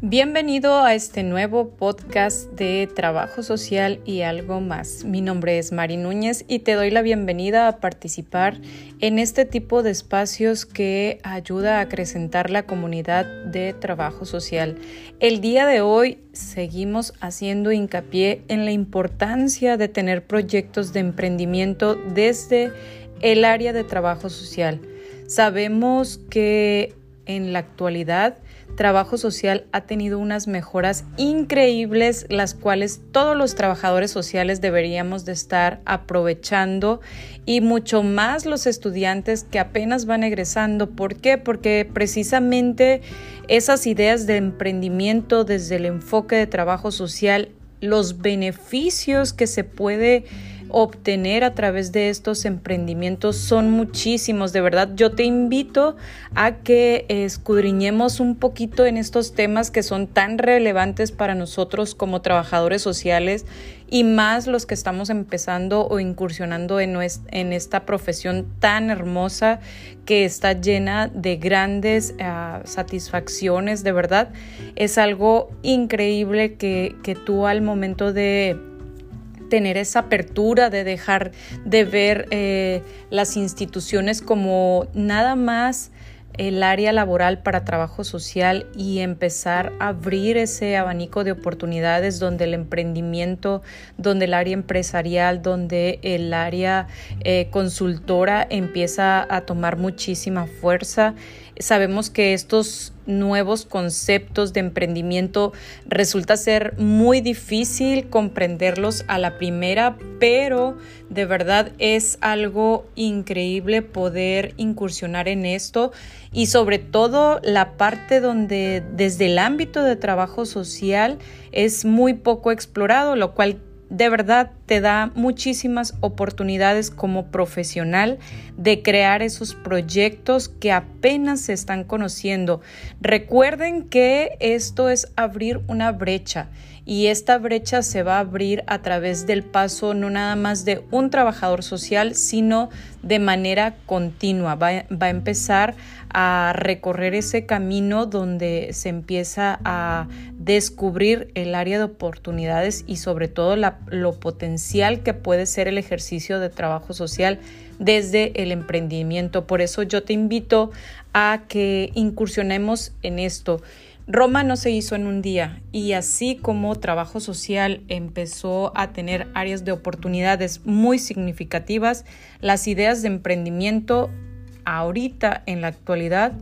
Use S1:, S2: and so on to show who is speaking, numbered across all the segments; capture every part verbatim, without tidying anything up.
S1: Bienvenido a este nuevo podcast de Trabajo Social y algo más. Mi nombre es Mari Núñez y te doy la bienvenida a participar en este tipo de espacios que ayuda a acrecentar la comunidad de trabajo social. El día de hoy seguimos haciendo hincapié en la importancia de tener proyectos de emprendimiento desde el área de trabajo social. Sabemos que en la actualidad Trabajo Social ha tenido unas mejoras increíbles, las cuales todos los trabajadores sociales deberíamos de estar aprovechando y mucho más los estudiantes que apenas van egresando. ¿Por qué? Porque precisamente esas ideas de emprendimiento desde el enfoque de trabajo social, los beneficios que se puede obtener a través de estos emprendimientos son muchísimos. De verdad, yo te invito a que escudriñemos un poquito en estos temas que son tan relevantes para nosotros como trabajadores sociales y más los que estamos empezando o incursionando en, nuestra, en esta profesión tan hermosa que está llena de grandes uh, satisfacciones. De verdad, es algo increíble que, que tú al momento de tener esa apertura de dejar de ver eh, las instituciones como nada más el área laboral para trabajo social y empezar a abrir ese abanico de oportunidades donde el emprendimiento, donde el área empresarial, donde el área eh, consultora empieza a tomar muchísima fuerza. Sabemos que estos nuevos conceptos de emprendimiento resulta ser muy difícil comprenderlos a la primera, pero de verdad es algo increíble poder incursionar en esto y sobre todo la parte donde desde el ámbito de trabajo social es muy poco explorado, lo cual de verdad te da muchísimas oportunidades como profesional de crear esos proyectos que apenas se están conociendo. Recuerden que esto es abrir una brecha y esta brecha se va a abrir a través del paso no nada más de un trabajador social, sino de manera continua. Va, va a empezar a recorrer ese camino donde se empieza a descubrir el área de oportunidades y sobre todo la, lo potencial que puede ser el ejercicio de trabajo social desde el emprendimiento. Por eso yo te invito a que incursionemos en esto. Roma no se hizo en un día y así como trabajo social empezó a tener áreas de oportunidades muy significativas, las ideas de emprendimiento ahorita en la actualidad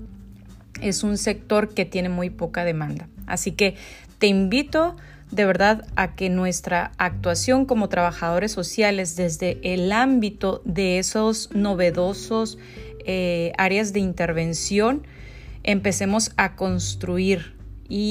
S1: es un sector que tiene muy poca demanda. Así que te invito de verdad a que nuestra actuación como trabajadores sociales desde el ámbito de esos novedosos eh, áreas de intervención empecemos a construir.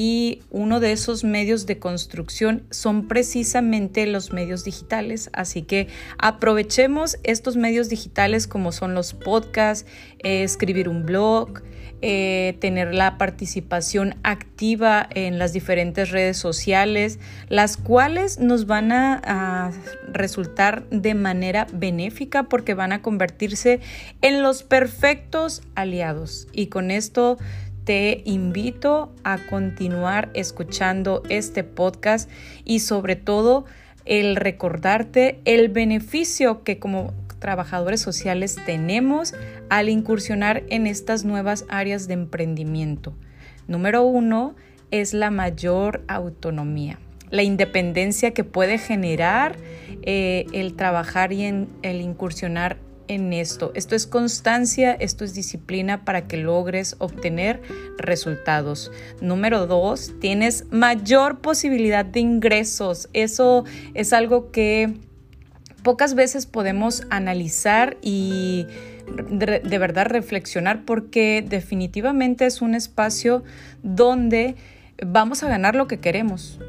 S1: Y uno de esos medios de construcción son precisamente los medios digitales. Así que aprovechemos estos medios digitales como son los podcasts, eh, escribir un blog, eh, tener la participación activa en las diferentes redes sociales, las cuales nos van a, a resultar de manera benéfica porque van a convertirse en los perfectos aliados. Y con esto te invito a continuar escuchando este podcast y sobre todo el recordarte el beneficio que como trabajadores sociales tenemos al incursionar en estas nuevas áreas de emprendimiento. Número uno es la mayor autonomía, la independencia que puede generar eh, el trabajar y en, el incursionar en esto. Esto es constancia, esto es disciplina para que logres obtener resultados. Número dos, tienes mayor posibilidad de ingresos. Eso es algo que pocas veces podemos analizar y de, de verdad reflexionar porque definitivamente es un espacio donde vamos a ganar lo que queremos.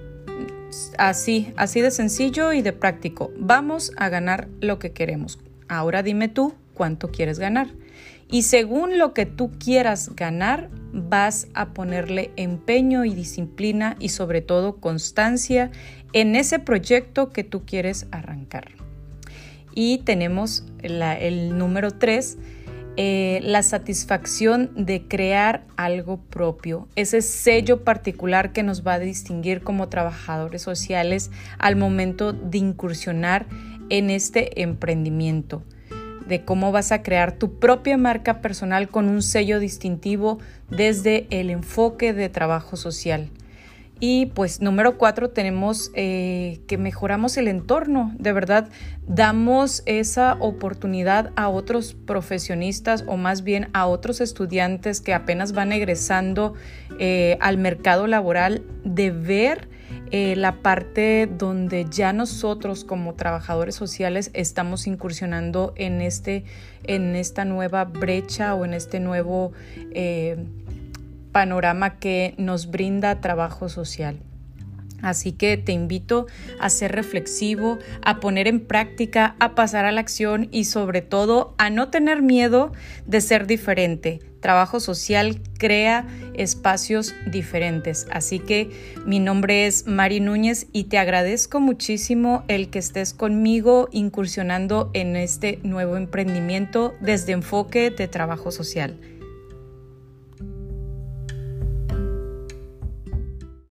S1: Así, así de sencillo y de práctico. Vamos a ganar lo que queremos. Ahora dime tú cuánto quieres ganar. Y según lo que tú quieras ganar, vas a ponerle empeño y disciplina y sobre todo constancia en ese proyecto que tú quieres arrancar. Y tenemos la, el número tres, eh, la satisfacción de crear algo propio, ese sello particular que nos va a distinguir como trabajadores sociales al momento de incursionar en este emprendimiento, de cómo vas a crear tu propia marca personal con un sello distintivo desde el enfoque de trabajo social. Y pues número cuatro, tenemos eh, que mejoramos el entorno. De verdad, damos esa oportunidad a otros profesionistas o más bien a otros estudiantes que apenas van egresando eh, al mercado laboral de ver eh, la parte donde ya nosotros como trabajadores sociales estamos incursionando en, este, en esta nueva brecha o en este nuevo eh, panorama que nos brinda trabajo social. Así que te invito a ser reflexivo, a poner en práctica, a pasar a la acción y sobre todo a no tener miedo de ser diferente. Trabajo social crea espacios diferentes. Así que mi nombre es Mari Núñez y te agradezco muchísimo el que estés conmigo incursionando en este nuevo emprendimiento desde Enfoque de Trabajo Social.